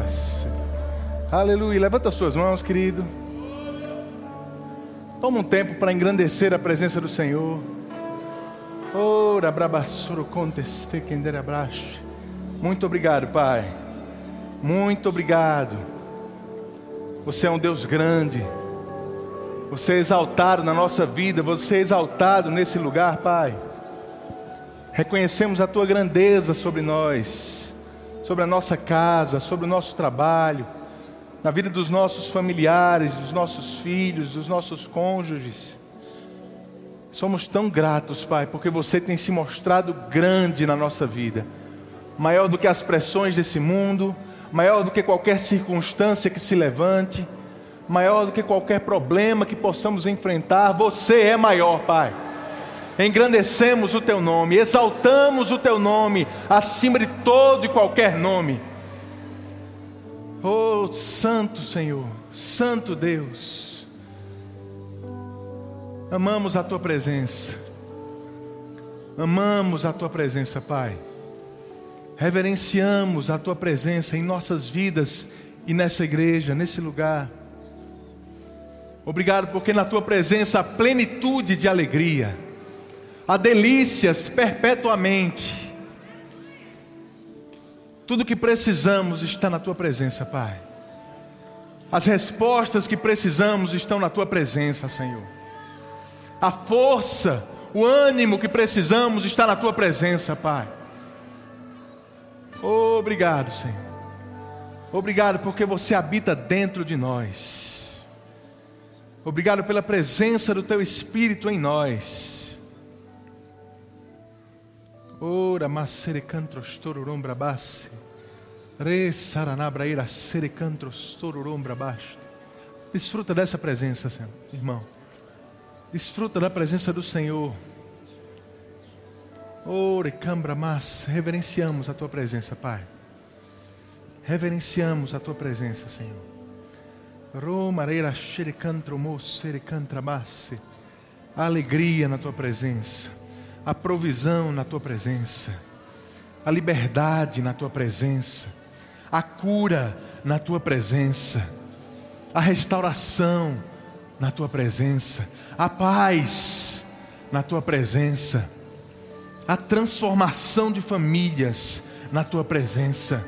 Aleluia. Levanta as tuas mãos, querido. Toma um tempo para engrandecer a presença do Senhor. Muito obrigado, Pai. Muito obrigado. Você é um Deus grande. Você é exaltado na nossa vida. Você é exaltado nesse lugar, Pai. Reconhecemos a Tua grandeza sobre nós, sobre a nossa casa, sobre o nosso trabalho, na vida dos nossos familiares, dos nossos filhos, dos nossos cônjuges. Somos tão gratos, Pai, porque Você tem se mostrado grande na nossa vida. Maior do que as pressões desse mundo, maior do que qualquer circunstância que se levante, maior do que qualquer problema que possamos enfrentar. Você é maior, Pai. Engrandecemos o Teu nome, exaltamos o Teu nome acima de todo e qualquer nome. Oh, Santo Senhor, Santo Deus, amamos a Tua presença, amamos a Tua presença, Pai. Reverenciamos a Tua presença em nossas vidas e nessa igreja, nesse lugar. Obrigado porque na Tua presença há plenitude de alegria, há delícias perpetuamente. Tudo que precisamos está na Tua presença, Pai. As respostas que precisamos estão na Tua presença, Senhor. A força, o ânimo que precisamos está na Tua presença, Pai. Obrigado, Senhor. Obrigado porque Você habita dentro de nós. Obrigado pela presença do Teu Espírito em nós. Ora maserecantros torurum brabasse. Re saranabraira serecantros torurum brabaste. Desfruta dessa presença, Senhor, irmão. Desfruta da presença do Senhor. Ore cambra mas, reverenciamos a Tua presença, Pai. Reverenciamos a Tua presença, Senhor. Romareira xerecantro mocerecantrabasse. A alegria na Tua presença, a provisão na Tua presença, a liberdade na Tua presença, a cura na Tua presença, a restauração na Tua presença, a paz na Tua presença, a transformação de famílias na Tua presença.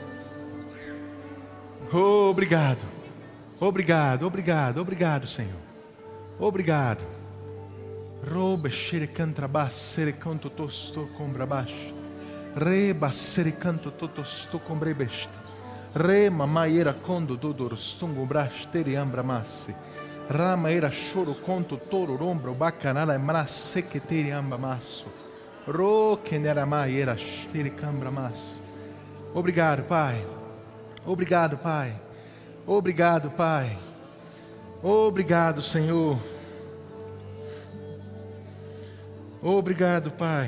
Oh, obrigado, obrigado, obrigado, obrigado, Senhor. Obrigado. Roba xerecantrabás serecanto tosto combrabash. Reba serecanto totosto combrebeste. Rema maera condo dodorostungo brash teriambramasse. Rama era choro conto toro rombro bacanala emra seque teriambamasso. Obrigado, Pai. Obrigado, Pai. Obrigado, Pai. Obrigado, Senhor. Obrigado, Pai.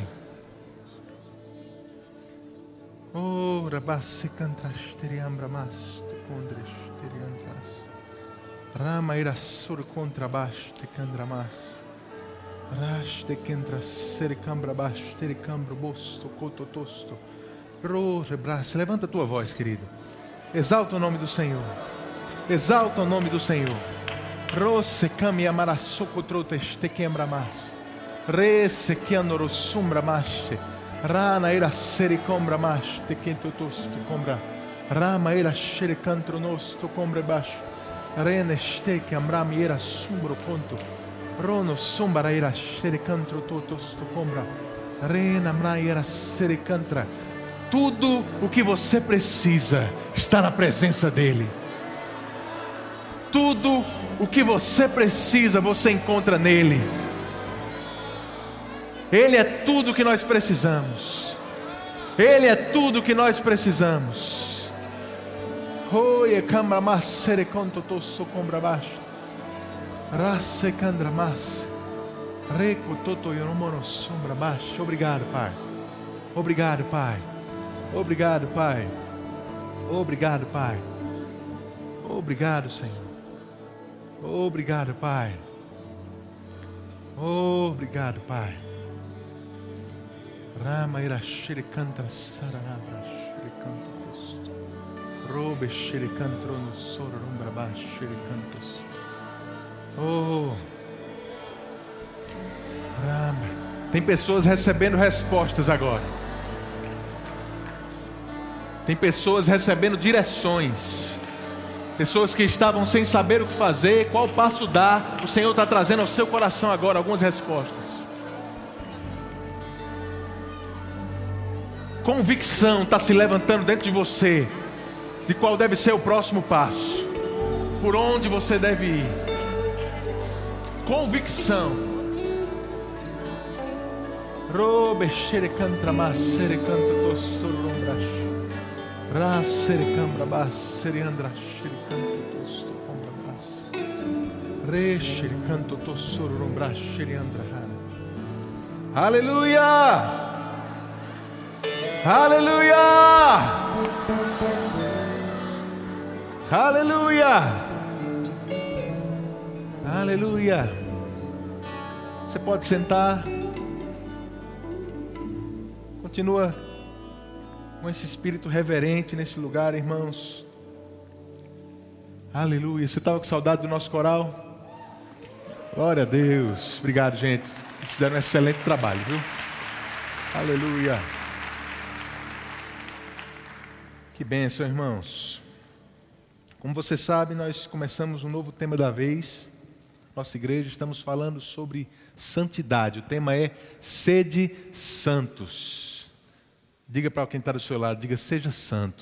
Ora basse cantrasteriambramas te condresteriantras. Rama era sur contrabaste candramas. Raste kentra sericambra baixo, tericambro bosto, cototosto. Rorebraço. Levanta a tua voz, querido. Exalta o nome do Senhor. Exalta o nome do Senhor. Rose cami amaraçoco troteste quembramas. Rese que anorosumbra maste. Rana era sericombra maste, quentotosto combra. Rama era xericantro nosto combra baixo. Reneste que ambrami era sumbro ponto. Rono sombra era sericantro totos tocombra. Rena mrai era sericantra. Tudo o que você precisa está na presença dEle. Tudo o que você precisa você encontra nele. Ele é tudo o que nós precisamos. Ele é tudo o que nós precisamos. Oi, cambra mas sericanto tosso combra baixo. Rasse candramas, reco toto yoromoro sombra baixo. Obrigado, Pai. Obrigado, Pai. Obrigado, Pai. Obrigado, Pai. Obrigado, Senhor. Obrigado, Pai. Obrigado, Pai. Rama ira shirikantra saranabra shirikanto posto. Robe xericantro no sorum brabash xericantos. Oh, Rama. Tem pessoas recebendo respostas agora. Tem pessoas recebendo direções. Pessoas que estavam sem saber o que fazer, qual passo dar. O Senhor está trazendo ao seu coração agora algumas respostas. Convicção está se levantando dentro de você de qual deve ser o próximo passo, por onde você deve ir. Convicção. Robe xerecantra maserecantra tossorombrash. Raserecambra basereandra xerecantra tossorombrash. Re xerecanto tossorombrash xereandra. Aleluia! Aleluia! Aleluia! Aleluia! Você pode sentar. Continua com esse espírito reverente nesse lugar, irmãos. Aleluia! Você estava com saudade do nosso coral? Glória a Deus! Obrigado, gente. Vocês fizeram um excelente trabalho, viu? Aleluia! Que bênção, irmãos. Como você sabe, nós começamos um novo tema da vez. Nossa igreja, estamos falando sobre santidade. O tema é sede santos. Diga para quem está do seu lado, diga, seja santo.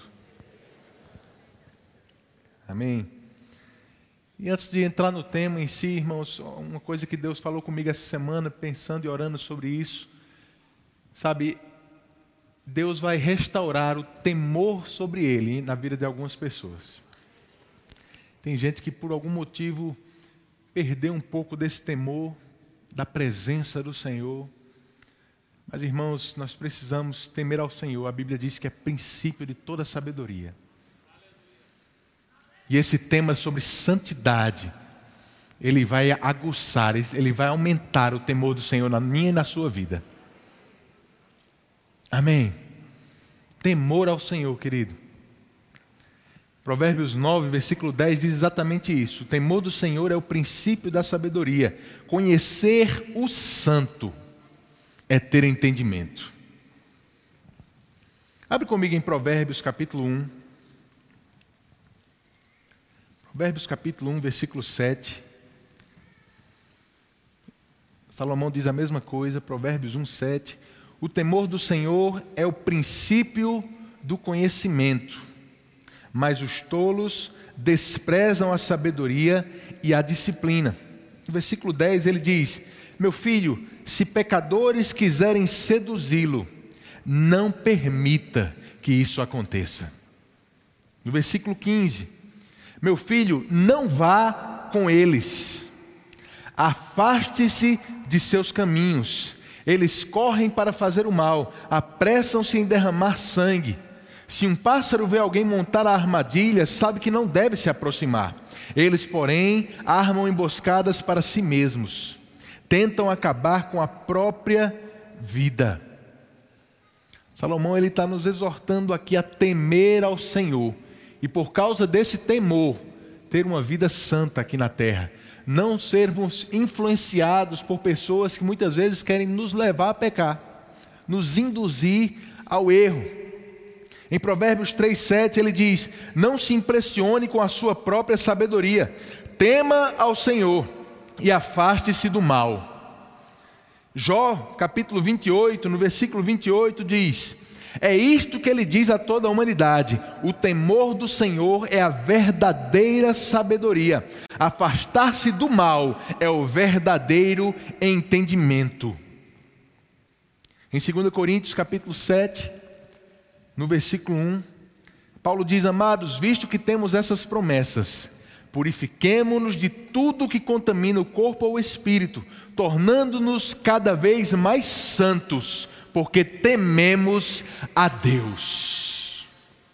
Amém. E antes de entrar no tema em si, irmãos, uma coisa que Deus falou comigo essa semana, pensando e orando sobre isso. Sabe, Deus vai restaurar o temor sobre Ele na vida de algumas pessoas. Tem gente que por algum motivo perdeu um pouco desse temor, da presença do Senhor. Mas, irmãos, nós precisamos temer ao Senhor. A Bíblia diz que é princípio de toda sabedoria. E esse tema sobre santidade, ele vai aguçar, ele vai aumentar o temor do Senhor na minha e na sua vida. Amém. Temor ao Senhor, querido. Provérbios 9, versículo 10 diz exatamente isso. O temor do Senhor é o princípio da sabedoria. Conhecer o santo é ter entendimento. Abre comigo em Provérbios capítulo 1. Provérbios capítulo 1, versículo 7. Salomão diz a mesma coisa, Provérbios 1, 7. O temor do Senhor é o princípio do conhecimento, mas os tolos desprezam a sabedoria e a disciplina. No versículo 10 ele diz: meu filho, se pecadores quiserem seduzi-lo, não permita que isso aconteça. No versículo 15: meu filho, não vá com eles, afaste-se de seus caminhos. Eles correm para fazer o mal, apressam-se em derramar sangue. Se um pássaro vê alguém montar a armadilha, sabe que não deve se aproximar. Eles, porém, armam emboscadas para si mesmos. Tentam acabar com a própria vida. Salomão está nos exortando aqui a temer ao Senhor. E por causa desse temor, ter uma vida santa aqui na terra. Não sermos influenciados por pessoas que muitas vezes querem nos levar a pecar, nos induzir ao erro. Em Provérbios 3,7 ele diz: não se impressione com a sua própria sabedoria, tema ao Senhor e afaste-se do mal. Jó, capítulo 28, no versículo 28 diz: é isto que ele diz a toda a humanidade: o temor do Senhor é a verdadeira sabedoria, afastar-se do mal é o verdadeiro entendimento. Em 2 Coríntios capítulo 7, no versículo 1, Paulo diz: amados, visto que temos essas promessas, purifiquemo-nos de tudo que contamina o corpo ou o espírito, tornando-nos cada vez mais santos, porque tememos a Deus.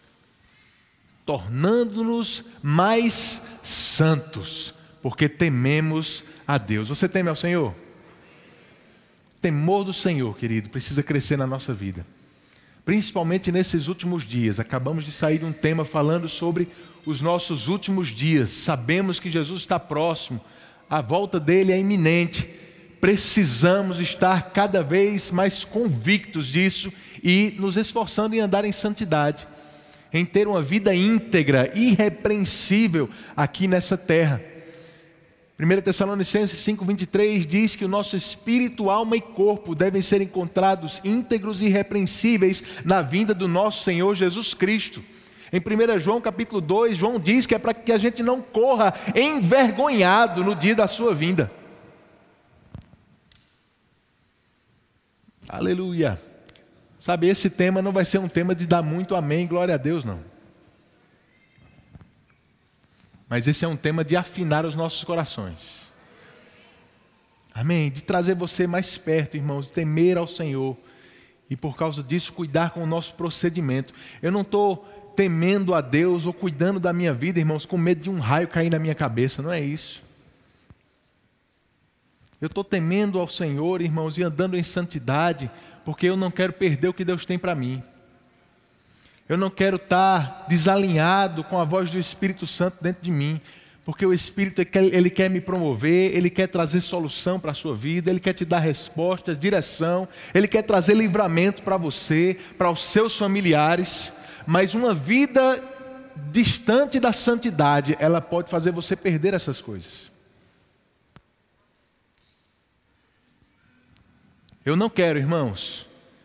Tornando-nos mais santos, porque tememos a Deus. Você teme ao Senhor? O temor do Senhor, querido, precisa crescer na nossa vida. principalmente nesses últimos dias. Acabamos de sair de um tema falando sobre os nossos últimos dias. Sabemos que Jesus está próximo, a volta dele é iminente. Precisamos estar cada vez mais convictos disso e nos esforçando em andar em santidade, em ter uma vida íntegra, irrepreensível aqui nessa terra. 1 Tessalonicenses 5:23 diz que o nosso espírito, alma e corpo devem ser encontrados íntegros e irrepreensíveis na vinda do nosso Senhor Jesus Cristo. Em 1 João capítulo 2, João diz que é para que a gente não corra envergonhado no dia da sua vinda. Aleluia. Sabe, esse tema não vai ser um tema de dar muito amém, glória a Deus, não. Mas esse é um tema de afinar os nossos corações. Amém? De trazer você mais perto, irmãos, de temer ao Senhor. E por causa disso, cuidar com o nosso procedimento. Eu não estou temendo a Deus ou cuidando da minha vida, irmãos, com medo de um raio cair na minha cabeça. Não é isso. Eu estou temendo ao Senhor, irmãos, e andando em santidade, porque eu não quero perder o que Deus tem para mim. Eu não quero estar desalinhado com a voz do Espírito Santo dentro de mim, porque o Espírito, ele quer me promover, ele quer trazer solução para a sua vida, ele quer te dar resposta, direção, ele quer trazer livramento para você, para os seus familiares. Mas uma vida distante da santidade, ela pode fazer você perder essas coisas. Eu não quero, irmãos,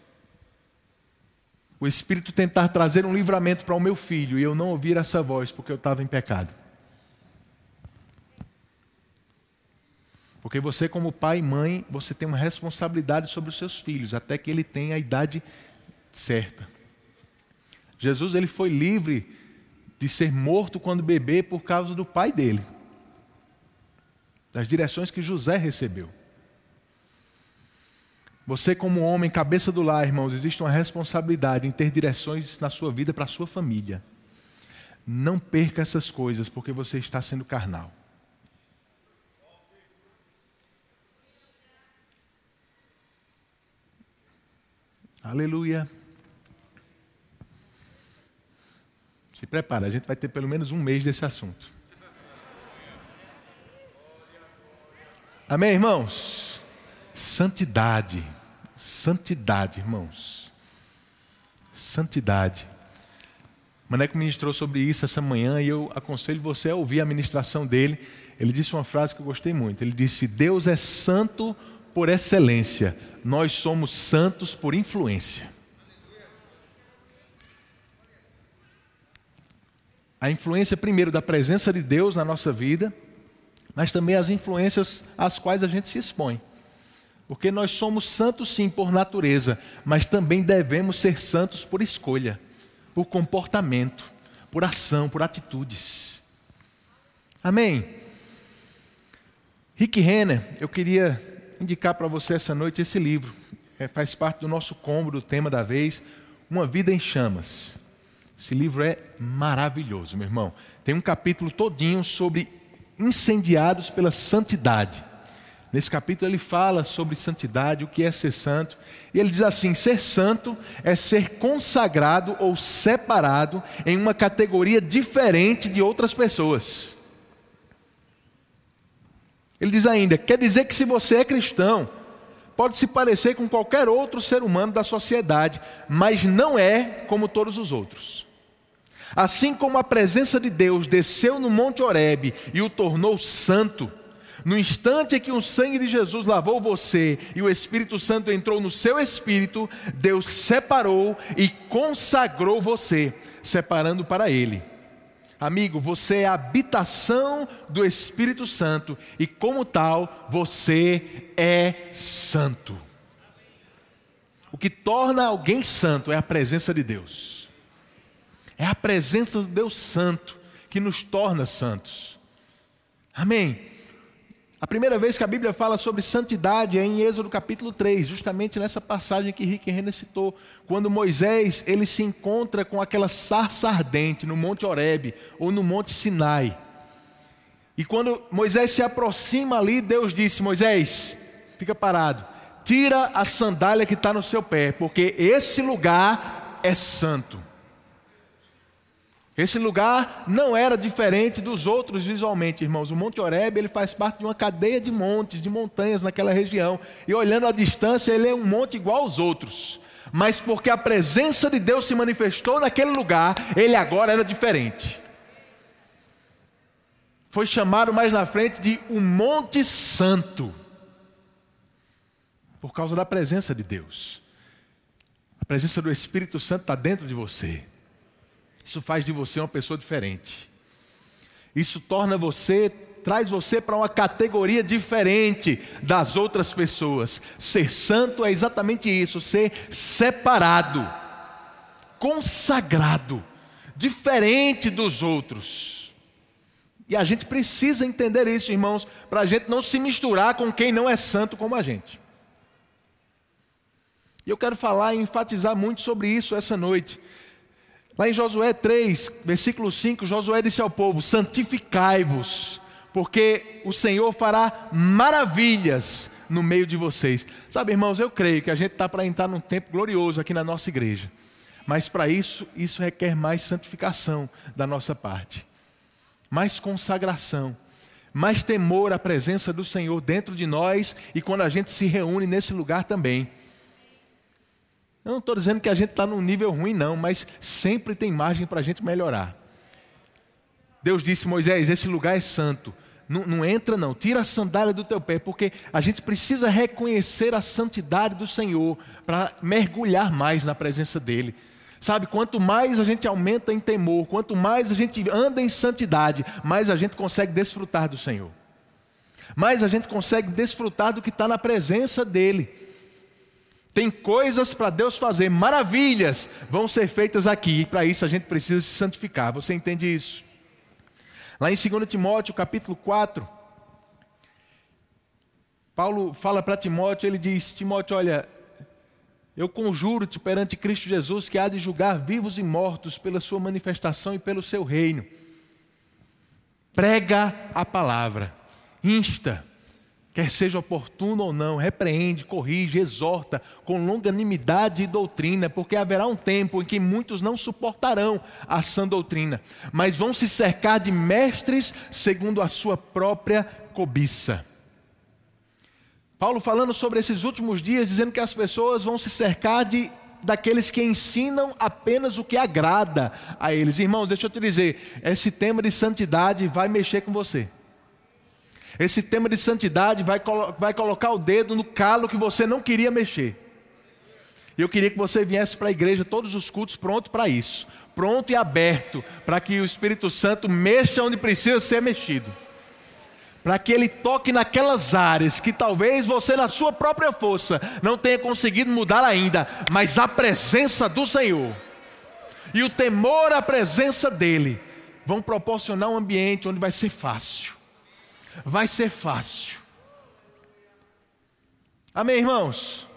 o Espírito tentar trazer um livramento para o meu filho e eu não ouvir essa voz porque eu estava em pecado. Porque você, como pai e mãe, você tem uma responsabilidade sobre os seus filhos até que ele tenha a idade certa. Jesus, ele foi livre de ser morto quando bebê por causa do pai dele, das direções que José recebeu. Você, como homem, cabeça do lar, irmãos, existe uma responsabilidade em ter direções na sua vida para a sua família. Não perca essas coisas, porque você está sendo carnal. Aleluia. Se prepara, a gente vai ter pelo menos um mês desse assunto. Amém, irmãos? Santidade. Santidade, irmãos. Santidade. Maneco ministrou sobre isso essa manhã e eu aconselho você a ouvir a ministração dele. Ele disse uma frase que eu gostei muito. Ele disse: Deus é santo por excelência, nós somos santos por influência. A influência primeiro da presença de Deus na nossa vida, mas também as influências às quais a gente se expõe. Porque nós somos santos sim por natureza, mas também devemos ser santos por escolha, por comportamento, por ação, por atitudes. Amém? Rick Renner, eu queria indicar para você essa noite esse livro. Faz parte do nosso combo, do tema da vez, Uma Vida em Chamas. Esse livro é maravilhoso, meu irmão. Tem um capítulo todinho sobre incendiados pela santidade. Nesse capítulo ele fala sobre santidade, o que é ser santo. E ele diz assim: ser santo é ser consagrado ou separado em uma categoria diferente de outras pessoas. Ele diz ainda, quer dizer que se você é cristão, pode se parecer com qualquer outro ser humano da sociedade, mas não é como todos os outros. Assim como a presença de Deus desceu no Monte Horebe e o tornou santo, no instante em que o sangue de Jesus lavou você e o Espírito Santo entrou no seu espírito, Deus separou e consagrou você, separando para Ele. Amigo, você é a habitação do Espírito Santo e como tal, você é santo. O que torna alguém santo é a presença de Deus. É a presença do Deus Santo que nos torna santos. Amém? A primeira vez que a Bíblia fala sobre santidade é em Êxodo capítulo 3, justamente nessa passagem que Rick Renner citou, quando Moisés ele se encontra com aquela sarça ardente no Monte Horebe ou no Monte Sinai. E quando Moisés se aproxima ali, Deus disse: Moisés, fica parado, tira a sandália que está no seu pé, porque esse lugar é santo. Esse lugar não era diferente dos outros visualmente, irmãos. O Monte Horebe, ele faz parte de uma cadeia de montes, de montanhas naquela região. E olhando à distância, ele é um monte igual aos outros. Mas porque a presença de Deus se manifestou naquele lugar, ele agora era diferente. Foi chamado mais na frente de o Monte Santo, por causa da presença de Deus. A presença do Espírito Santo está dentro de você. Isso faz de você uma pessoa diferente. Isso traz você para uma categoria diferente das outras pessoas. Ser santo é exatamente isso, ser separado, consagrado, diferente dos outros. E a gente precisa entender isso, irmãos, para a gente não se misturar com quem não é santo como a gente. E eu quero falar e enfatizar muito sobre isso essa noite. Lá em Josué 3, versículo 5, Josué disse ao povo: santificai-vos, porque o Senhor fará maravilhas no meio de vocês. Sabe, irmãos, eu creio que a gente está para entrar num tempo glorioso aqui na nossa igreja. Mas para isso requer mais santificação da nossa parte. Mais consagração, mais temor à presença do Senhor dentro de nós e quando a gente se reúne nesse lugar também. Eu não estou dizendo que a gente está num nível ruim não, mas sempre tem margem para a gente melhorar. Deus disse: Moisés, esse lugar é santo, não entra não, tira a sandália do teu pé, porque a gente precisa reconhecer a santidade do Senhor para mergulhar mais na presença dEle. Sabe, quanto mais a gente aumenta em temor, quanto mais a gente anda em santidade, mais a gente consegue desfrutar do Senhor. Mais a gente consegue desfrutar do que está na presença dEle. Tem coisas para Deus fazer, maravilhas vão ser feitas aqui, e para isso a gente precisa se santificar. Você entende isso? Lá em 2 Timóteo, capítulo 4, Paulo fala para Timóteo, ele diz: Timóteo, olha, eu conjuro-te perante Cristo Jesus, que há de julgar vivos e mortos pela sua manifestação e pelo seu reino. Prega a palavra, insta, quer seja oportuno ou não, repreende, corrige, exorta, com longanimidade e doutrina, porque haverá um tempo em que muitos não suportarão a sã doutrina, mas vão se cercar de mestres segundo a sua própria cobiça. Paulo falando sobre esses últimos dias, dizendo que as pessoas vão se cercar daqueles que ensinam apenas o que agrada a eles. Irmãos, deixa eu te dizer, esse tema de santidade vai mexer com você. Esse tema de santidade vai colocar o dedo no calo que você não queria mexer. Eu queria que você viesse para a igreja todos os cultos pronto para isso. Pronto e aberto para que o Espírito Santo mexa onde precisa ser mexido. Para que Ele toque naquelas áreas que talvez você na sua própria força não tenha conseguido mudar ainda. Mas a presença do Senhor e o temor à presença dEle vão proporcionar um ambiente onde vai ser fácil. Vai ser fácil. Amém, irmãos?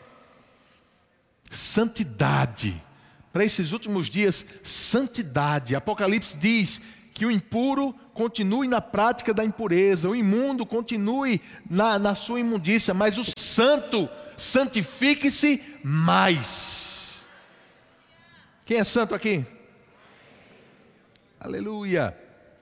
Santidade. Para esses últimos dias, santidade. Apocalipse diz que o impuro continue na prática da impureza, o imundo continue na sua imundícia, mas o santo santifique-se mais. Quem é santo aqui? Aleluia.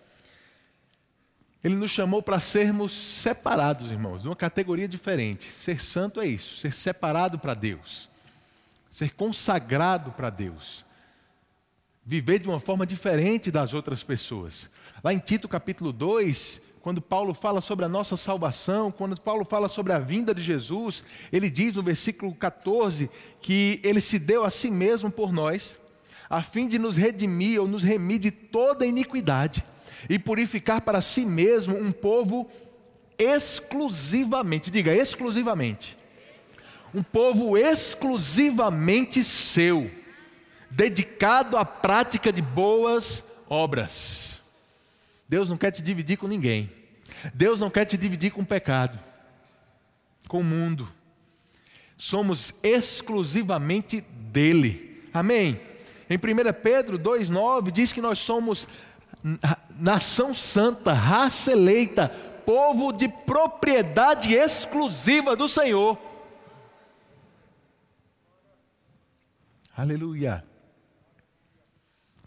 Ele nos chamou para sermos separados, irmãos, de uma categoria diferente. Ser santo é isso, ser separado para Deus, ser consagrado para Deus, viver de uma forma diferente das outras pessoas. Lá em Tito capítulo 2, quando Paulo fala sobre a nossa salvação, quando Paulo fala sobre a vinda de Jesus, ele diz no versículo 14 que ele se deu a si mesmo por nós, a fim de nos redimir ou nos remir de toda iniquidade e purificar para si mesmo um povo exclusivamente, diga exclusivamente, um povo exclusivamente seu, dedicado à prática de boas obras. Deus não quer te dividir com ninguém. Deus não quer te dividir com o pecado, com o mundo. Somos exclusivamente dele. Amém? Em 1 Pedro 2,9 diz que nós somos nação santa, raça eleita, povo de propriedade exclusiva do Senhor. Aleluia.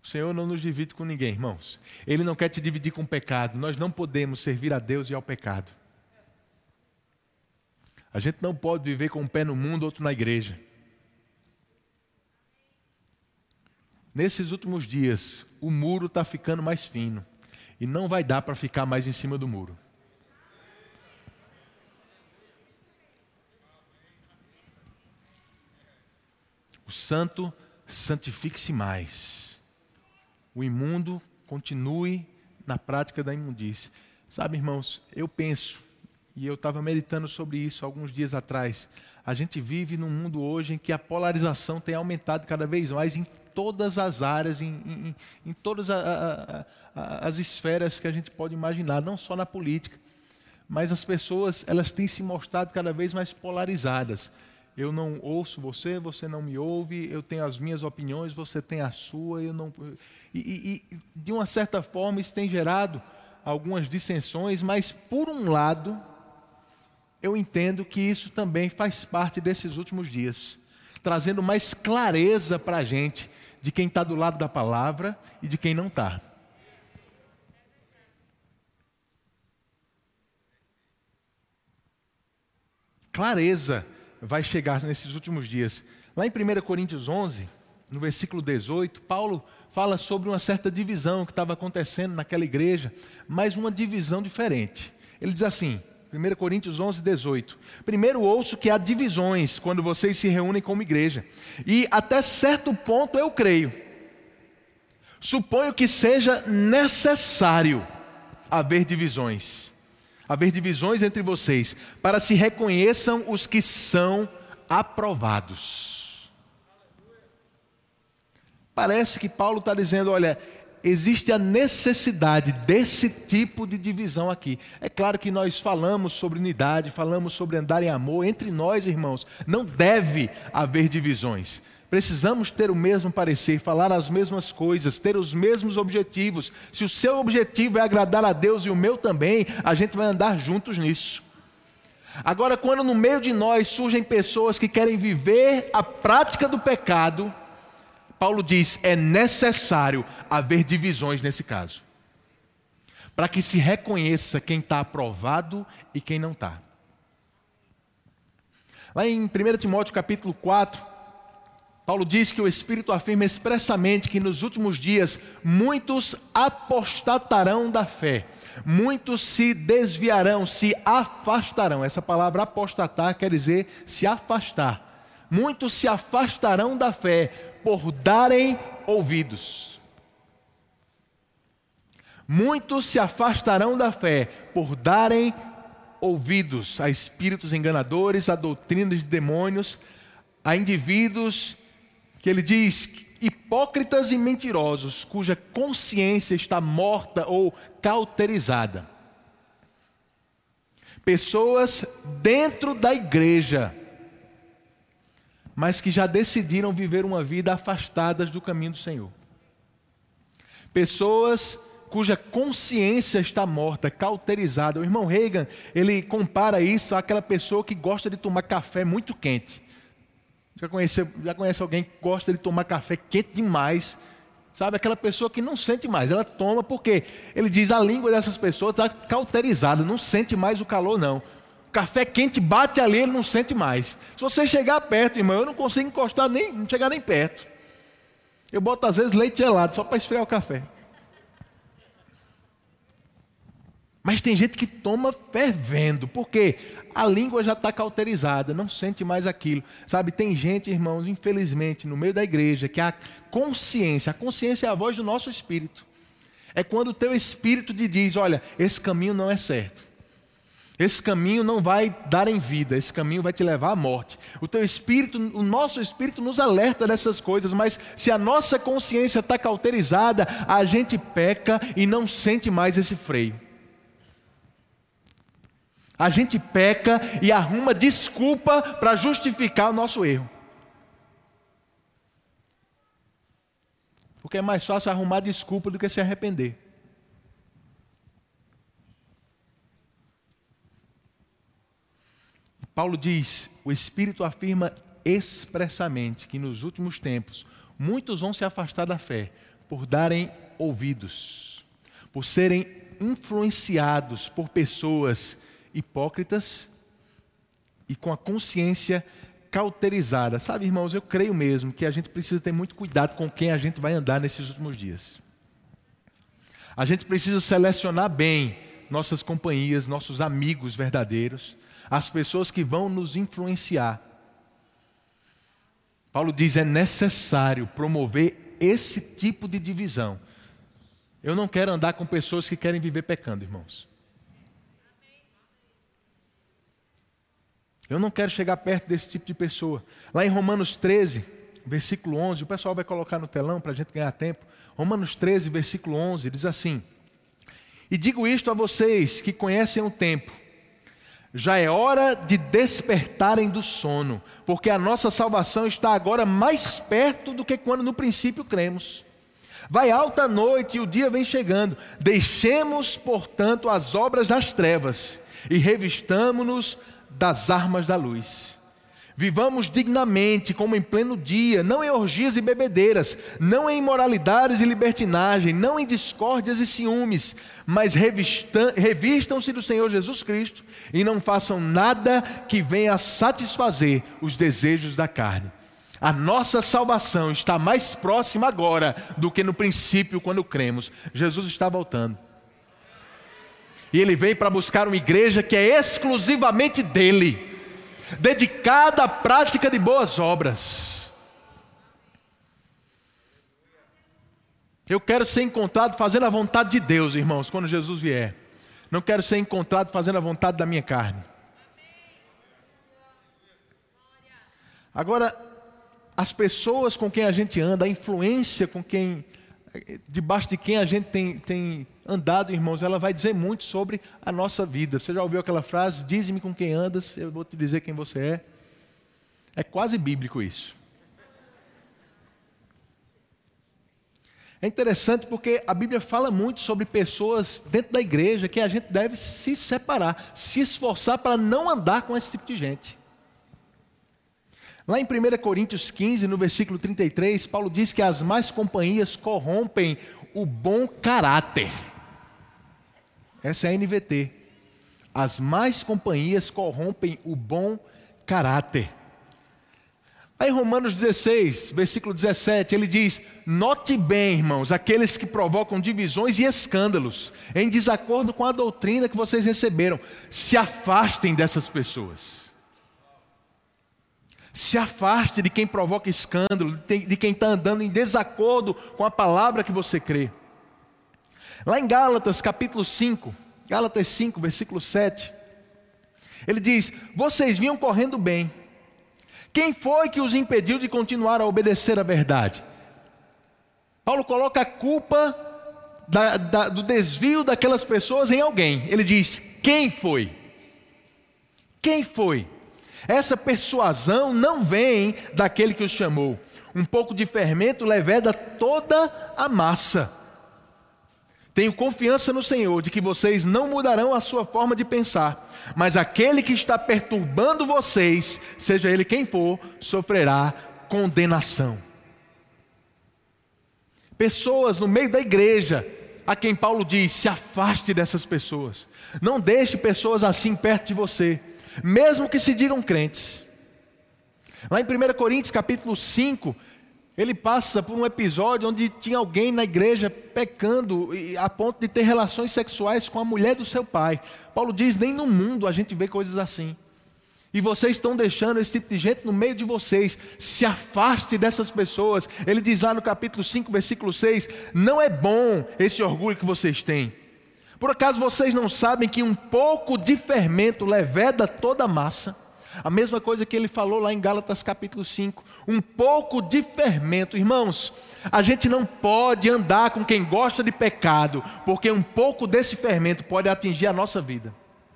Senhor não nos divide com ninguém, irmãos. Ele não quer te dividir com o pecado. Nós não podemos servir a Deus e ao pecado. A gente não pode viver com um pé no mundo, outro na igreja. Nesses últimos dias, o muro está ficando mais fino. E não vai dar para ficar mais em cima do muro. O santo, santifique-se mais. O imundo, continue na prática da imundície. Sabe, irmãos, eu penso, e eu estava meditando sobre isso alguns dias atrás, a gente vive num mundo hoje em que a polarização tem aumentado cada vez mais em todas as áreas, em todas as esferas que a gente pode imaginar, não só na política, mas as pessoas elas têm se mostrado cada vez mais polarizadas. Eu não ouço você, você não me ouve, eu tenho as minhas opiniões, você tem a sua, eu não... E de uma certa forma isso tem gerado algumas dissensões, mas por um lado, eu entendo que isso também faz parte desses últimos dias, trazendo mais clareza para a gente de quem está do lado da palavra e de quem não está. Clareza vai chegar nesses últimos dias. Lá em 1 Coríntios 11, no versículo 18, Paulo fala sobre uma certa divisão que estava acontecendo naquela igreja, mas uma divisão diferente. Ele diz assim, 1 Coríntios 11, 18. Primeiro ouço que há divisões quando vocês se reúnem como igreja. E até certo ponto eu creio. Suponho que seja necessário haver divisões. Haver divisões entre vocês, para se reconheçam os que são aprovados. Parece que Paulo está dizendo, olha, existe a necessidade desse tipo de divisão aqui. É claro que nós falamos sobre unidade, falamos sobre andar em amor. Entre nós, irmãos, não deve haver divisões. Precisamos ter o mesmo parecer, falar as mesmas coisas, ter os mesmos objetivos. Se o seu objetivo é agradar a Deus e o meu também, a gente vai andar juntos nisso. Agora, quando no meio de nós surgem pessoas que querem viver a prática do pecado, Paulo diz, é necessário haver divisões nesse caso. Para que se reconheça quem está aprovado e quem não está. Lá em 1 Timóteo capítulo 4, Paulo diz que o Espírito afirma expressamente que nos últimos dias muitos apostatarão da fé, muitos se desviarão, se afastarão. Essa palavra apostatar quer dizer se afastar. Muitos se afastarão da fé por darem ouvidos. Muitos se afastarão da fé por darem ouvidos a espíritos enganadores, a doutrinas de demônios, a indivíduos que ele diz, hipócritas e mentirosos, cuja consciência está morta ou cauterizada. Pessoas dentro da igreja, mas que já decidiram viver uma vida afastadas do caminho do Senhor. Pessoas cuja consciência está morta, cauterizada. O irmão Reagan, ele compara isso àquela pessoa que gosta de tomar café muito quente. Já conhece alguém que gosta de tomar café quente demais? Sabe, aquela pessoa que não sente mais, ela toma porque ele diz, a língua dessas pessoas está cauterizada, não sente mais o calor não. Café quente bate ali, ele não sente mais. Se você chegar perto, irmão, eu não consigo encostar não chegar nem perto. Eu boto às vezes leite gelado só para esfriar o café. Mas tem gente que toma fervendo, porque a língua já está cauterizada, não sente mais aquilo. Sabe, tem gente, irmãos, infelizmente, no meio da igreja, que a consciência é a voz do nosso espírito. É quando o teu espírito te diz, olha, esse caminho não é certo. Esse caminho não vai dar em vida, esse caminho vai te levar à morte. O teu espírito, o nosso espírito nos alerta dessas coisas, mas se a nossa consciência está cauterizada, a gente peca e não sente mais esse freio. A gente peca e arruma desculpa para justificar o nosso erro. Porque é mais fácil arrumar desculpa do que se arrepender. Paulo diz, o Espírito afirma expressamente que nos últimos tempos muitos vão se afastar da fé por darem ouvidos, por serem influenciados por pessoas hipócritas e com a consciência cauterizada. Sabe, irmãos, eu creio mesmo que a gente precisa ter muito cuidado com quem a gente vai andar nesses últimos dias. A gente precisa selecionar bem nossas companhias, nossos amigos verdadeiros, as pessoas que vão nos influenciar. Paulo diz, é necessário promover esse tipo de divisão. Eu não quero andar com pessoas que querem viver pecando, irmãos. Eu não quero chegar perto desse tipo de pessoa. Lá em Romanos 13, versículo 11, o pessoal vai colocar no telão para a gente ganhar tempo. Romanos 13, versículo 11, diz assim: e digo isto a vocês que conhecem o tempo, já é hora de despertarem do sono, porque a nossa salvação está agora mais perto do que quando no princípio cremos. Vai alta a noite e o dia vem chegando. Deixemos, portanto, as obras das trevas e revistamo-nos das armas da luz. Vivamos dignamente, como em pleno dia, não em orgias e bebedeiras, não em imoralidades e libertinagem, não em discórdias e ciúmes, mas revistam-se do Senhor Jesus Cristo e não façam nada que venha a satisfazer os desejos da carne. A nossa salvação está mais próxima agora do que no princípio, quando cremos. Jesus está voltando. E Ele vem para buscar uma igreja que é exclusivamente dEle, dedicada à prática de boas obras. Eu quero ser encontrado fazendo a vontade de Deus, irmãos, quando Jesus vier. Não quero ser encontrado fazendo a vontade da minha carne. Agora, as pessoas com quem a gente anda, a influência debaixo de quem a gente tem andado, irmãos, ela vai dizer muito sobre a nossa vida. Você já ouviu aquela frase, dize-me com quem andas, eu vou te dizer quem você é. É quase bíblico isso. É interessante porque a Bíblia fala muito sobre pessoas dentro da igreja que a gente deve se separar, se esforçar para não andar com esse tipo de gente. Lá em 1 Coríntios 15, no versículo 33, Paulo diz que as más companhias corrompem o bom caráter. Essa é a NVT. As más companhias corrompem o bom caráter. Aí em Romanos 16, versículo 17, ele diz: note bem, irmãos, aqueles que provocam divisões e escândalos, em desacordo com a doutrina que vocês receberam, se afastem dessas pessoas. Se afaste de quem provoca escândalo, de quem está andando em desacordo com a palavra que você crê. Lá em Gálatas capítulo 5, Gálatas 5, versículo 7, ele diz: vocês vinham correndo bem. Quem foi que os impediu de continuar a obedecer à verdade? Paulo coloca a culpa do desvio daquelas pessoas em alguém. Ele diz: quem foi? Quem foi? Essa persuasão não vem daquele que os chamou. Um pouco de fermento leveda toda a massa. Tenho confiança no Senhor de que vocês não mudarão a sua forma de pensar, mas aquele que está perturbando vocês, seja ele quem for, sofrerá condenação. Pessoas no meio da igreja, a quem Paulo diz: se afaste dessas pessoas. Não deixe pessoas assim perto de você, mesmo que se digam crentes. Lá em 1 Coríntios capítulo 5, ele passa por um episódio onde tinha alguém na igreja pecando a ponto de ter relações sexuais com a mulher do seu pai. Paulo diz: nem no mundo a gente vê coisas assim. E vocês estão deixando esse tipo de gente no meio de vocês. Se afaste dessas pessoas. Ele diz lá no capítulo 5, versículo 6, não é bom esse orgulho que vocês têm. Por acaso vocês não sabem que um pouco de fermento leveda toda a massa? A mesma coisa que ele falou lá em Gálatas capítulo 5. Um pouco de fermento. Irmãos, a gente não pode andar com quem gosta de pecado, porque um pouco desse fermento pode atingir a nossa vida.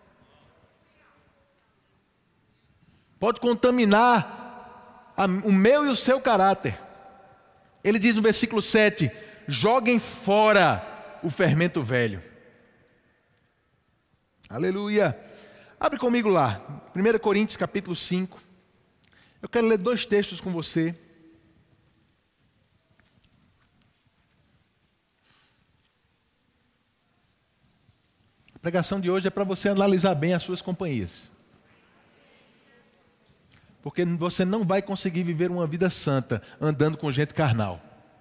Pode contaminar o meu e o seu caráter. Ele diz no versículo 7, joguem fora o fermento velho. Aleluia. Abre comigo lá, 1 Coríntios capítulo 5. Eu quero ler 2 textos com você. pregação de hoje é para você analisar bem as suas companhias. Porque você não vai conseguir viver uma vida santa andando com gente carnal.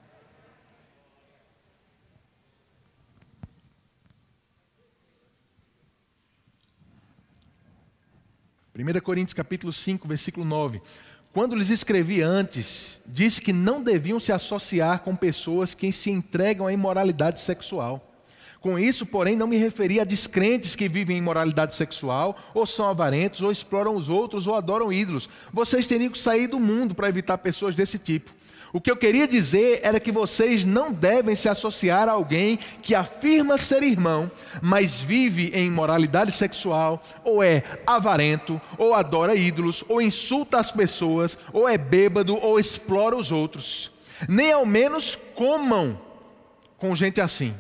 Primeira Coríntios capítulo 5, versículo 9. Quando lhes escrevi antes, disse que não deviam se associar com pessoas que se entregam à imoralidade sexual. Com isso, porém, não me referi a descrentes que vivem em imoralidade sexual, ou são avarentos, ou exploram os outros, ou adoram ídolos. Vocês teriam que sair do mundo para evitar pessoas desse tipo. O que eu queria dizer era que vocês não devem se associar a alguém que afirma ser irmão, mas vive em imoralidade sexual, ou é avarento, ou adora ídolos, ou insulta as pessoas, ou é bêbado, ou explora os outros. Nem ao menos comam com gente assim.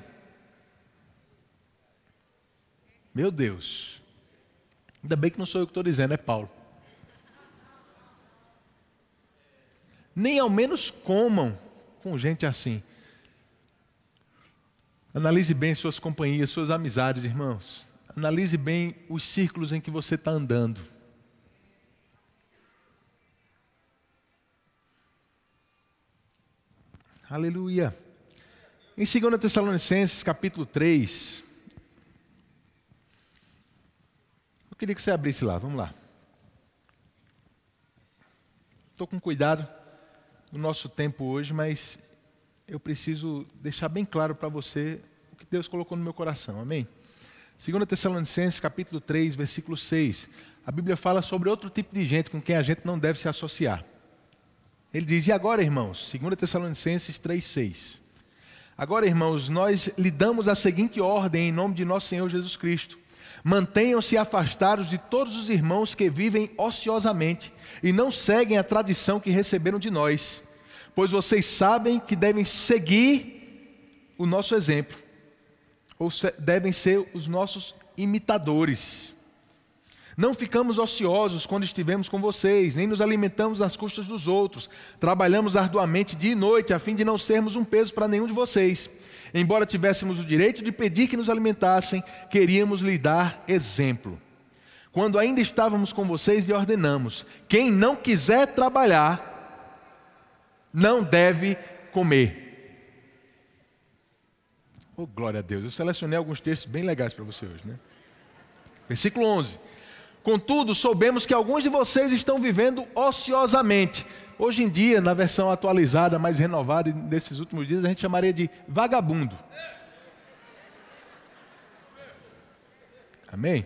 Meu Deus, ainda bem que não sou eu que estou dizendo, é Paulo. Nem ao menos comam com gente assim. Analise bem suas companhias, suas amizades, irmãos. Analise bem os círculos em que você está andando. Aleluia. Em 2 Tessalonicenses capítulo 3... eu queria que você abrisse lá, vamos lá. Estou com cuidado no nosso tempo hoje, mas eu preciso deixar bem claro para você o que Deus colocou no meu coração, amém? 2 Tessalonicenses capítulo 3, versículo 6. A Bíblia fala sobre outro tipo de gente com quem a gente não deve se associar. Ele diz, e agora, irmãos? 2 Tessalonicenses 3, 6. Agora, irmãos, nós lhe damos a seguinte ordem em nome de nosso Senhor Jesus Cristo. Mantenham-se afastados de todos os irmãos que vivem ociosamente e não seguem a tradição que receberam de nós, pois vocês sabem que devem seguir o nosso exemplo, ou devem ser os nossos imitadores. Não ficamos ociosos quando estivemos com vocês, nem nos alimentamos às custas dos outros. Trabalhamos arduamente dia e noite, a fim de não sermos um peso para nenhum de vocês. Embora tivéssemos o direito de pedir que nos alimentassem, queríamos lhe dar exemplo. Quando ainda estávamos com vocês, lhe ordenamos: quem não quiser trabalhar, não deve comer. Oh, glória a Deus. Eu selecionei alguns textos bem legais para você hoje, né? Versículo 11. Contudo, soubemos que alguns de vocês estão vivendo ociosamente. Hoje em dia, na versão atualizada, mais renovada, nesses últimos dias, a gente chamaria de vagabundo. Amém?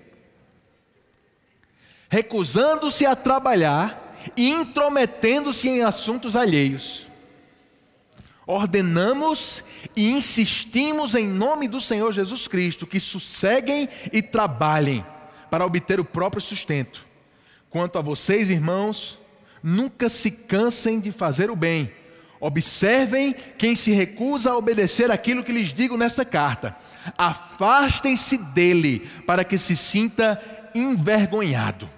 Recusando-se a trabalhar e intrometendo-se em assuntos alheios. Ordenamos e insistimos em nome do Senhor Jesus Cristo que sosseguem e trabalhem para obter o próprio sustento. Quanto a vocês, irmãos, nunca se cansem de fazer o bem. Observem quem se recusa a obedecer aquilo que lhes digo nesta carta. Afastem-se dele para que se sinta envergonhado.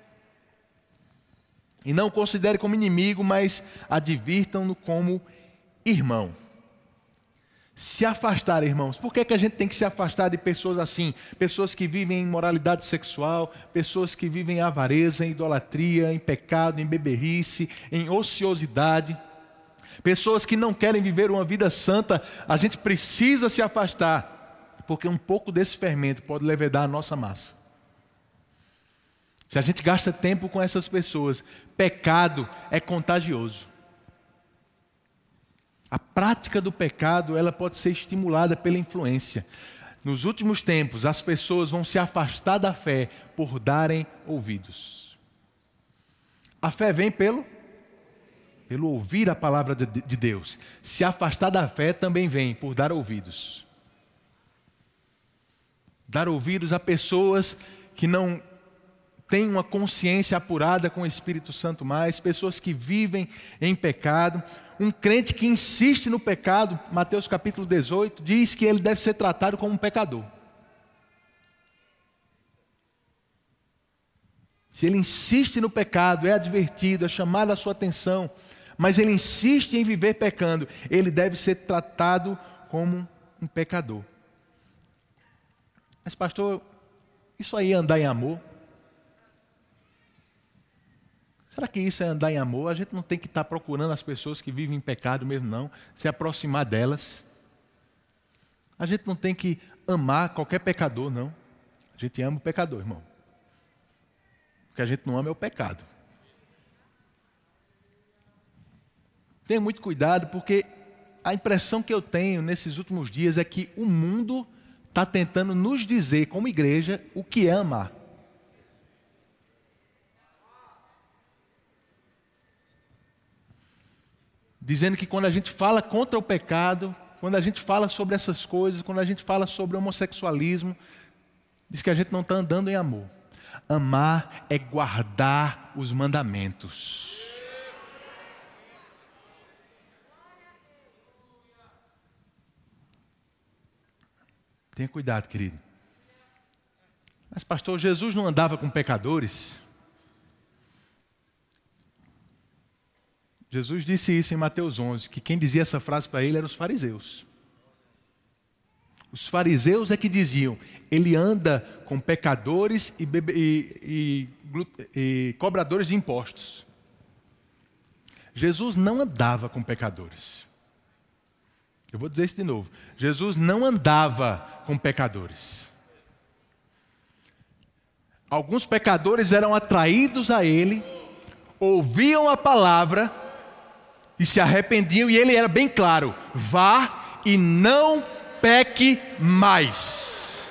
E não o considere como inimigo, mas advirtam-no como irmão. Se afastar, irmãos. Por que a gente tem que se afastar de pessoas assim? Pessoas que vivem em imoralidade sexual, pessoas que vivem em avareza, em idolatria, em pecado, em beberice, em ociosidade. Pessoas que não querem viver uma vida santa. A gente precisa se afastar, porque um pouco desse fermento pode levedar a nossa massa. Se a gente gasta tempo com essas pessoas, pecado é contagioso. A prática do pecado, ela pode ser estimulada pela influência. Nos últimos tempos, as pessoas vão se afastar da fé por darem ouvidos. A fé vem pelo ouvir a palavra de Deus. Se afastar da fé também vem por dar ouvidos. Dar ouvidos a pessoas que não têm uma consciência apurada com o Espírito Santo mais, pessoas que vivem em pecado. Um crente que insiste no pecado, Mateus capítulo 18, diz que ele deve ser tratado como um pecador. Se ele insiste no pecado, é advertido, é chamado a sua atenção, mas ele insiste em viver pecando, ele deve ser tratado como um pecador. Mas pastor, Isso aí é andar em amor? Será que isso é andar em amor? A gente não tem que estar procurando as pessoas que vivem em pecado mesmo, não. Se aproximar delas. A gente não tem que amar qualquer pecador, não. A gente ama o pecador, irmão. O que a gente não ama é o pecado. Tenha muito cuidado, porque a impressão que eu tenho nesses últimos dias é que o mundo está tentando nos dizer, como igreja, o que é amar. Dizendo que quando a gente fala contra o pecado, quando a gente fala sobre essas coisas, quando a gente fala sobre homossexualismo, diz que a gente não está andando em amor. Amar é guardar os mandamentos. Tenha cuidado, querido. Mas, pastor, Jesus não andava com pecadores? Jesus disse isso em Mateus 11, que quem dizia essa frase para ele eram os fariseus. Os fariseus é que diziam, ele anda com pecadores e cobradores de impostos. Jesus não andava com pecadores. Eu vou dizer isso de novo. Jesus não andava com pecadores. Alguns pecadores eram atraídos a ele, ouviam a palavra e se arrependiam, e ele era bem claro: vá e não peque mais.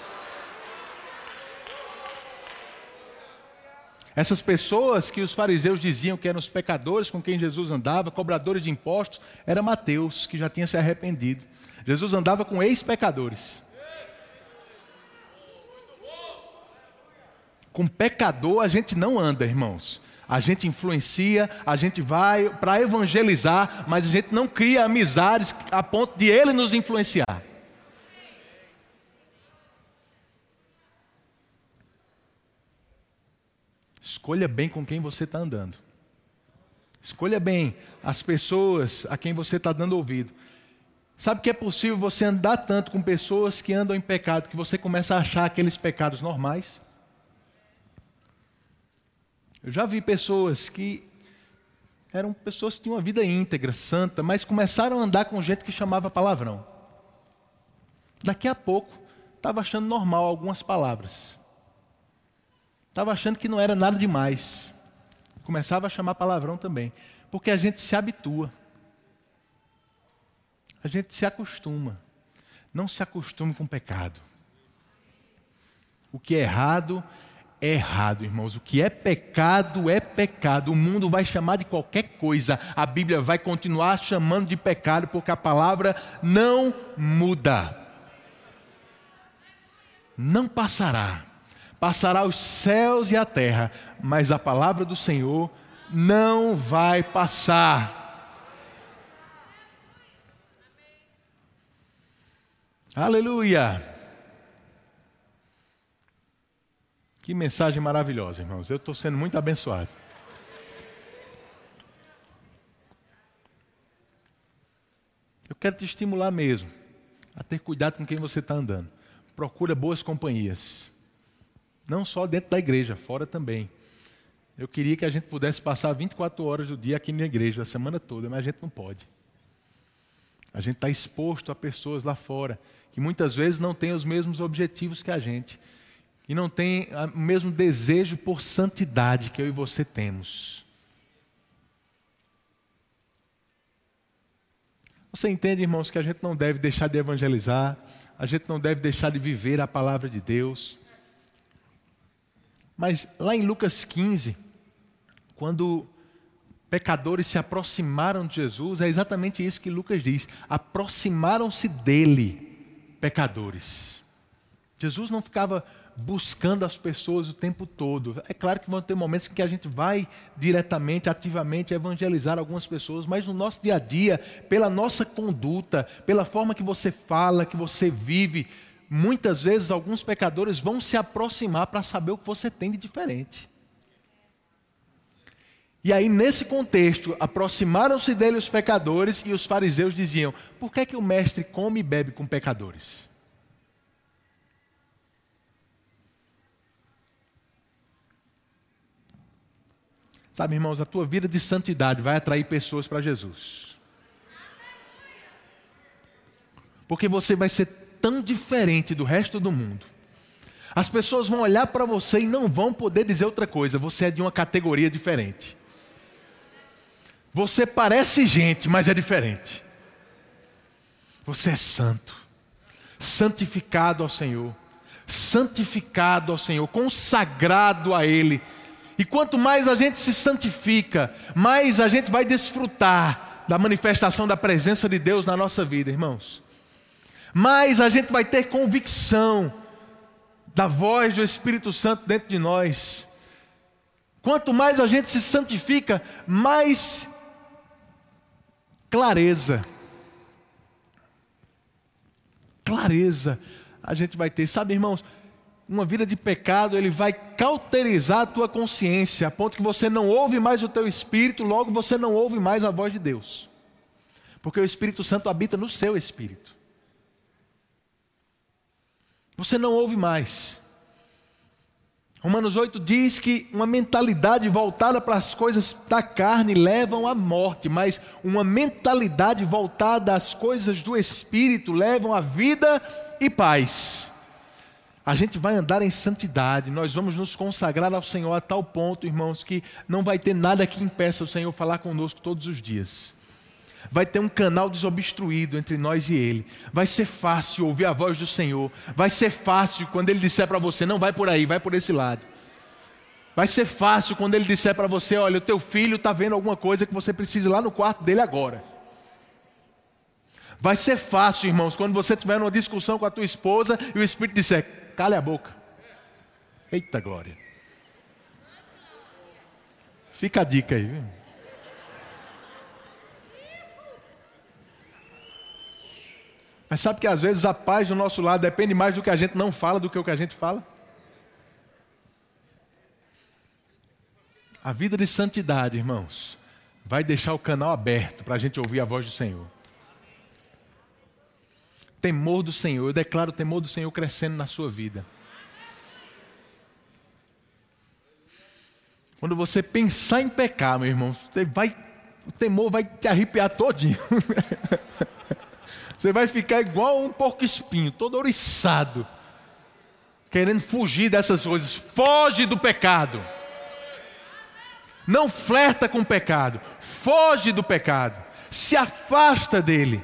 Essas pessoas que os fariseus diziam que eram os pecadores com quem Jesus andava, cobradores de impostos, era Mateus, que já tinha se arrependido. Jesus andava com ex-pecadores. Com pecador a gente não anda, irmãos. A gente influencia, a gente vai para evangelizar, mas a gente não cria amizades a ponto de ele nos influenciar. Escolha bem com quem você está andando. Escolha bem as pessoas a quem você está dando ouvido. Sabe que é possível você andar tanto com pessoas que andam em pecado, que você começa a achar aqueles pecados normais? Eu já vi pessoas que eram pessoas que tinham uma vida íntegra, santa, mas começaram a andar com gente que chamava palavrão. Daqui a pouco, estava achando normal algumas palavras. Estava achando que não era nada demais. Começava a chamar palavrão também. Porque a gente se habitua. A gente se acostuma. Não se acostume com o pecado. O que é errado, irmãos. O que é pecado, é pecado. O mundo vai chamar de qualquer coisa. A Bíblia vai continuar chamando de pecado, porque a palavra não muda. Não passará. Passará os céus e a terra, mas a palavra do Senhor não vai passar. Aleluia! Que mensagem maravilhosa, irmãos. Eu estou sendo muito abençoado. Eu quero te estimular mesmo a ter cuidado com quem você está andando. Procura boas companhias. Não só dentro da igreja, fora também. Eu queria que a gente pudesse passar 24 horas do dia aqui na igreja, a semana toda, mas a gente não pode. A gente está exposto a pessoas lá fora, que muitas vezes não têm os mesmos objetivos que a gente, e não têm o mesmo desejo por santidade que eu e você temos. Você entende, irmãos, que a gente não deve deixar de evangelizar, a gente não deve deixar de viver a palavra de Deus. Mas lá em Lucas 15, quando pecadores se aproximaram de Jesus, é exatamente isso que Lucas diz: aproximaram-se dele, pecadores. Jesus não ficava buscando as pessoas o tempo todo. É claro que vão ter momentos em que a gente vai diretamente, ativamente evangelizar algumas pessoas, mas no nosso dia a dia, pela nossa conduta, pela forma que você fala, que você vive, muitas vezes alguns pecadores vão se aproximar para saber o que você tem de diferente. E aí, nesse contexto, aproximaram-se dele os pecadores, e os fariseus diziam: por que é que o mestre come e bebe com pecadores? Sabe, irmãos, a tua vida de santidade vai atrair pessoas para Jesus. Porque você vai ser tão diferente do resto do mundo. As pessoas vão olhar para você e não vão poder dizer outra coisa. Você é de uma categoria diferente. Você parece gente, mas é diferente. Você é santo, santificado ao Senhor, santificado ao Senhor, consagrado a Ele. E quanto mais a gente se santifica, mais a gente vai desfrutar da manifestação da presença de Deus na nossa vida, irmãos. Mais a gente vai ter convicção da voz do Espírito Santo dentro de nós. Quanto mais a gente se santifica, mais clareza a gente vai ter. Sabe, irmãos, uma vida de pecado, ele vai cauterizar a tua consciência, a ponto que você não ouve mais o teu espírito, logo você não ouve mais a voz de Deus. Porque o Espírito Santo habita no seu espírito. Você não ouve mais. Romanos 8 diz que uma mentalidade voltada para as coisas da carne levam à morte, mas uma mentalidade voltada às coisas do Espírito levam à vida e paz. A gente vai andar em santidade, nós vamos nos consagrar ao Senhor a tal ponto, irmãos, que não vai ter nada que impeça o Senhor falar conosco todos os dias. Vai ter um canal desobstruído entre nós e Ele. Vai ser fácil ouvir a voz do Senhor. Vai ser fácil quando Ele disser para você, não vai por aí, vai por esse lado. Vai ser fácil quando Ele disser para você, olha, o teu filho está vendo alguma coisa que você precisa ir lá no quarto dele agora. Vai ser fácil, irmãos, quando você estiver numa discussão com a tua esposa e o Espírito disser, cale a boca. Eita glória. Fica a dica aí, viu? Mas sabe que às vezes a paz do nosso lado depende mais do que a gente não fala do que o que a gente fala? A vida de santidade, irmãos, vai deixar o canal aberto para a gente ouvir a voz do Senhor. Temor do Senhor, eu declaro o temor do Senhor crescendo na sua vida. Quando você pensar em pecar, meu irmão, o temor vai te arrepiar todinho. Você vai ficar igual um porco-espinho, todo ouriçado, querendo fugir dessas coisas. Foge do pecado. Não flerta com o pecado. Foge do pecado. Se afasta dele.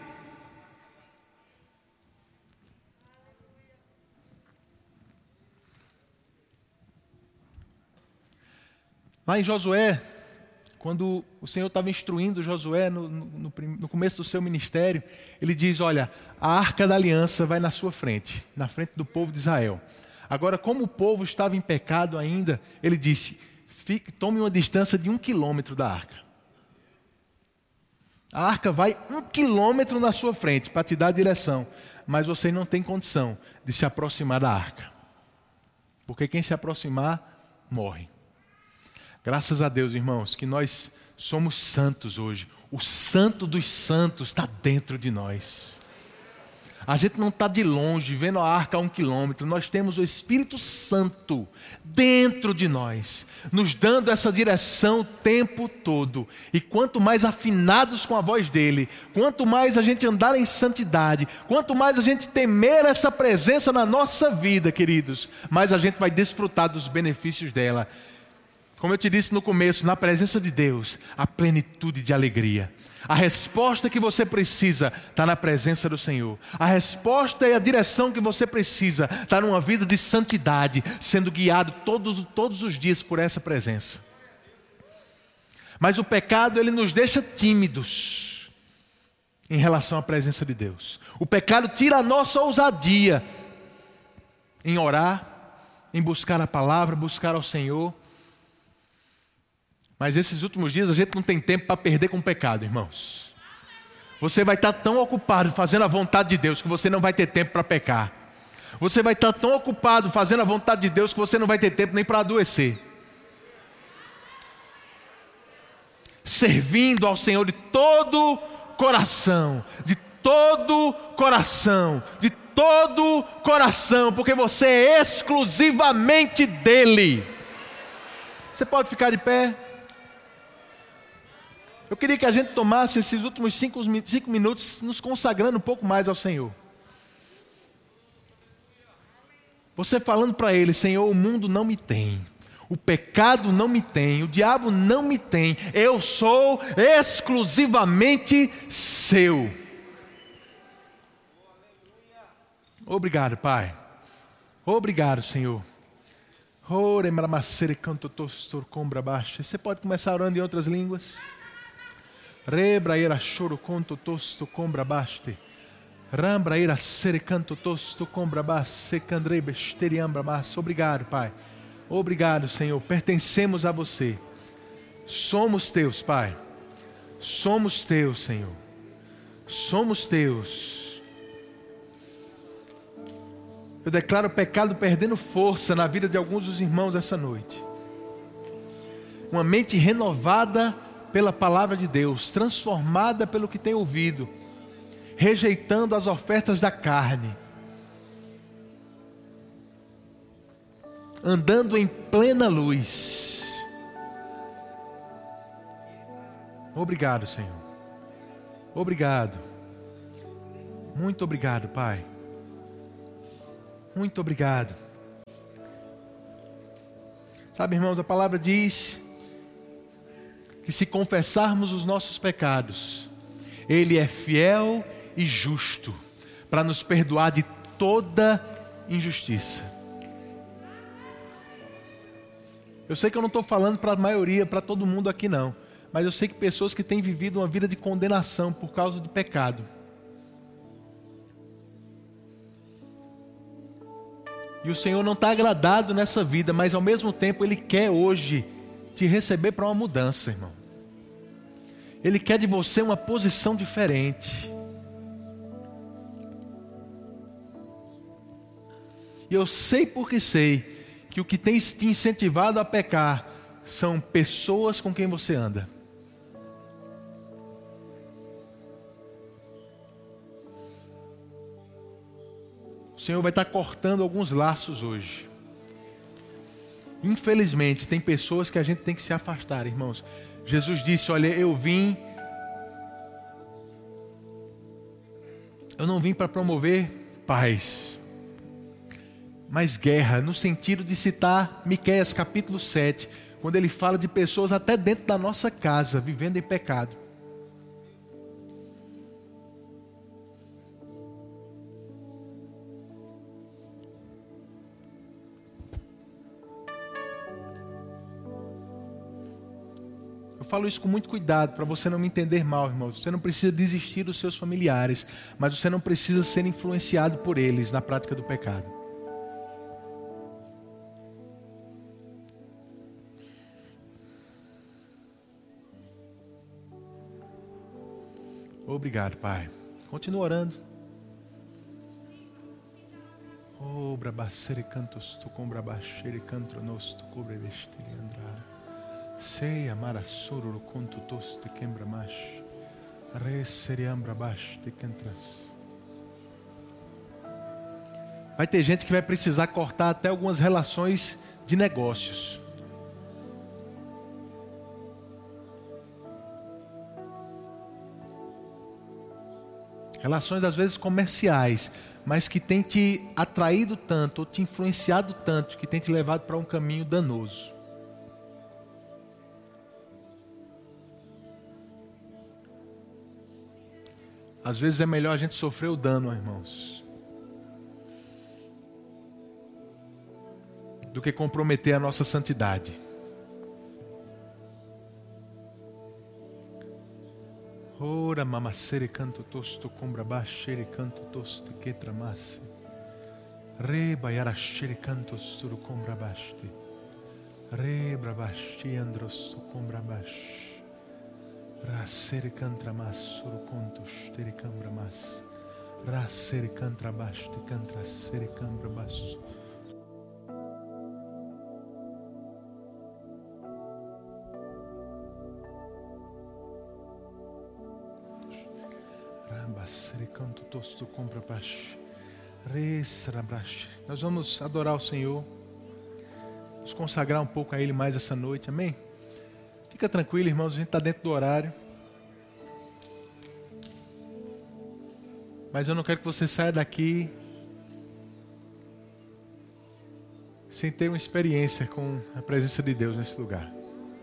Lá em Josué, quando o Senhor estava instruindo Josué no começo do seu ministério, Ele diz, olha, a arca da aliança vai na sua frente, na frente do povo de Israel. Agora, como o povo estava em pecado ainda, Ele disse, tome uma distância de 1 quilômetro da arca. A arca vai 1 quilômetro na sua frente, para te dar a direção, mas você não tem condição de se aproximar da arca. Porque quem se aproximar, morre. Graças a Deus, irmãos, que nós somos santos hoje. O santo dos santos está dentro de nós. A gente não está de longe, vendo a arca a 1 quilômetro. Nós temos o Espírito Santo dentro de nós, nos dando essa direção o tempo todo. E quanto mais afinados com a voz dEle, quanto mais a gente andar em santidade, quanto mais a gente temer essa presença na nossa vida, queridos, mais a gente vai desfrutar dos benefícios dela. Como eu te disse no começo, na presença de Deus, a plenitude de alegria. A resposta que você precisa está na presença do Senhor. A resposta e a direção que você precisa está numa vida de santidade, sendo guiado todos os dias por essa presença. Mas o pecado, ele nos deixa tímidos em relação à presença de Deus. O pecado tira a nossa ousadia em orar, em buscar a palavra, buscar ao Senhor. Mas esses últimos dias a gente não tem tempo para perder com o pecado, irmãos. Você vai estar tão ocupado fazendo a vontade de Deus que você não vai ter tempo para pecar. Você vai estar tão ocupado fazendo a vontade de Deus que você não vai ter tempo nem para adoecer. Servindo ao Senhor de todo coração, de todo coração, de todo coração, porque você é exclusivamente dele. Você pode ficar de pé? Eu queria que a gente tomasse esses últimos 5 minutos nos consagrando um pouco mais ao Senhor. Você falando para Ele: Senhor, o mundo não me tem, o pecado não me tem, o diabo não me tem, eu sou exclusivamente seu. Obrigado, Pai. Obrigado, Senhor. Você pode começar orando em outras línguas. Obrigado, Pai. Obrigado, Senhor. Pertencemos a você. Somos teus, Pai. Somos teus, Senhor. Somos teus. Eu declaro o pecado perdendo força na vida de alguns dos irmãos essa noite. Uma mente renovada pela palavra de Deus, transformada pelo que tem ouvido, rejeitando as ofertas da carne, andando em plena luz. Obrigado, Senhor. Obrigado. Muito obrigado, Pai. Muito obrigado. Sabe, irmãos, a palavra diz que se confessarmos os nossos pecados, Ele é fiel e justo para nos perdoar de toda injustiça. Eu sei que eu não estou falando para a maioria, para todo mundo aqui não, mas eu sei que pessoas que têm vivido uma vida de condenação por causa do pecado, e o Senhor não está agradado nessa vida, mas ao mesmo tempo Ele quer hoje te receber para uma mudança, irmão. Ele quer de você uma posição diferente. E eu sei porque sei que o que tem te incentivado a pecar são pessoas com quem você anda. O Senhor vai estar cortando alguns laços hoje. Infelizmente, tem pessoas que a gente tem que se afastar, irmãos. Jesus disse: olha, eu não vim para promover paz, mas guerra, no sentido de citar Miqueias capítulo 7, quando ele fala de pessoas até dentro da nossa casa, vivendo em pecado. Eu falo isso com muito cuidado, para você não me entender mal, irmãos. Você não precisa desistir dos seus familiares, mas você não precisa ser influenciado por eles na prática do pecado. Obrigado, Pai. Continua orando. Oh, brabacere cantos tu com brabacere canto nos tu cobre vestir andrar. Sei amar sororo conto toste quembra mais. Re seriambra baixo te cantras. Vai ter gente que vai precisar cortar até algumas relações de negócios. Relações às vezes comerciais, mas que tem te atraído tanto, ou te influenciado tanto, que tem te levado para um caminho danoso. Às vezes é melhor a gente sofrer o dano, irmãos, do que comprometer a nossa santidade. Ora mamacere canto tosto combra baixere canto tosto que tramasse. Re baiarachere canto suru combra baste. Re brabasti andros combra bash. Rasere cantra mas suru contos tere cambra mas. Rasere cantra baste cantra sere cambra basso. Nós vamos adorar o Senhor, nos consagrar um pouco a Ele mais essa noite, amém? Fica tranquilo, irmãos, a gente está dentro do horário. Mas eu não quero que você saia daqui sem ter uma experiência com a presença de Deus nesse lugar.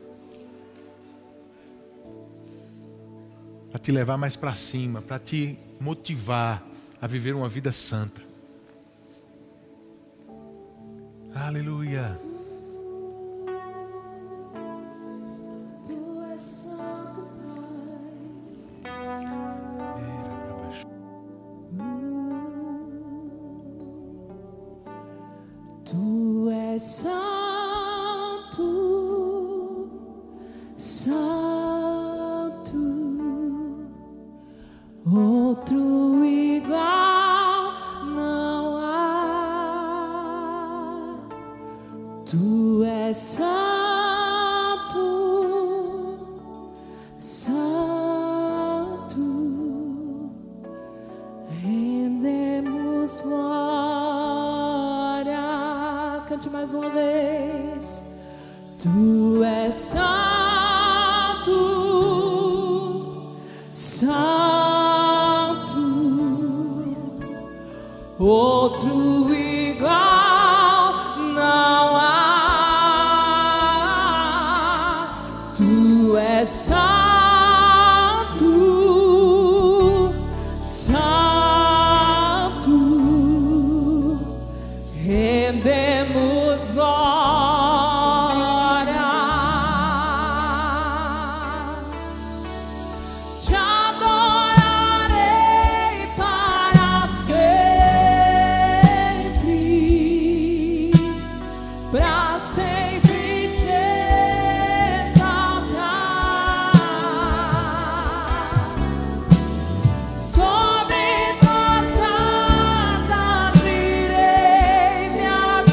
Para te levar mais para cima, para te motivar a viver uma vida santa. Aleluia. Tu és santo, Pai. Tu és santo, santo, outro igual não há. Tu és santo, santo, rendemos glória. Cante mais uma vez. Tu és santo, santo, outro igual não há. Tu és santo, santo, rendemos glória. Te adorarei para sempre, para sempre te exaltar. Sobre tuas asas irei me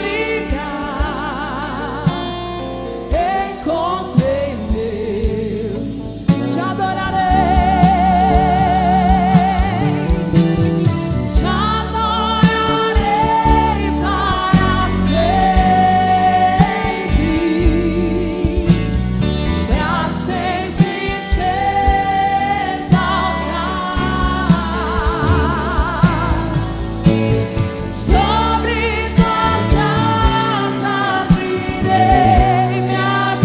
abrigar. Encontrei meu, te adorarei. Te adorarei para sempre, para sempre te exaltar. Sobre tuas asas irei me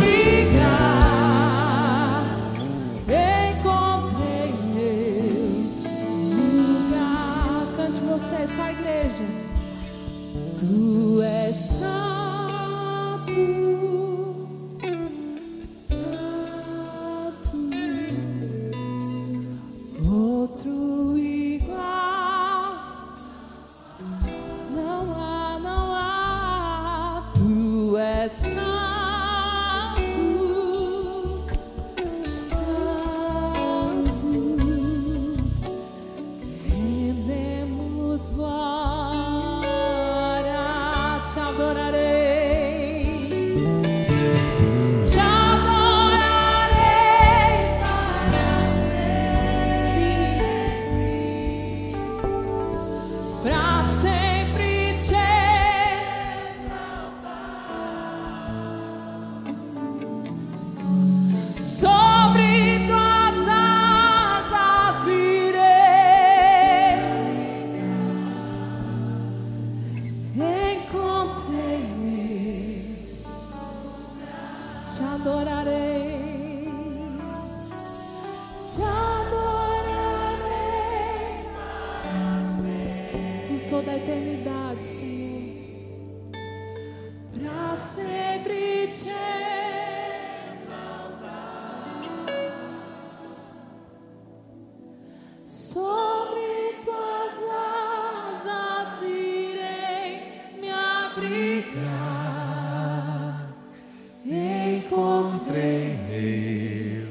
abrigar. Encontrei meu lugar. Cante você, só a igreja. Tu és santo, santo, outro igual não há, não há. Tu és santo, santo, rendemos glória. Te adorarei, te adorarei para sempre, sim, para sempre te exaltar. Sobre tuas asas irei. Encontrei-me, te adorarei, te adorarei por toda a eternidade, Senhor, pra sempre te exaltar. Sobre tuas asas irei me abrigar. Encontrei meu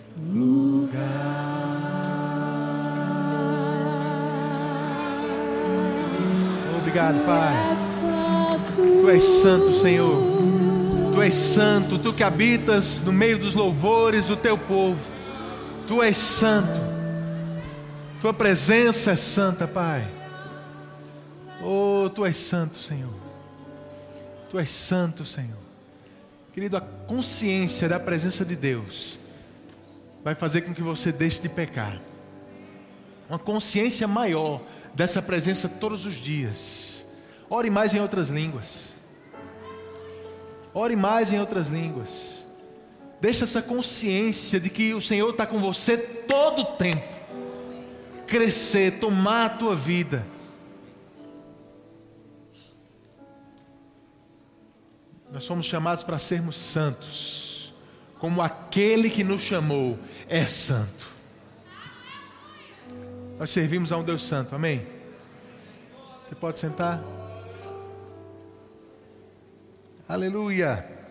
lugar. Obrigado, Pai. Tu és santo, Senhor. Tu és santo, tu que habitas no meio dos louvores do teu povo. Tu és santo. Tua presença é santa, Pai. Oh, tu és santo, Senhor. Tu és santo, Senhor. Querido, a consciência da presença de Deus vai fazer com que você deixe de pecar. uma consciência maior dessa presença todos os dias. Ore mais em outras línguas. Ore mais em outras línguas. Deixa essa consciência de que o Senhor está com você todo o tempo crescer, tomar a tua vida. Nós somos chamados para sermos santos, como aquele que nos chamou é santo. Nós servimos a um Deus santo, amém? Você pode sentar? Aleluia.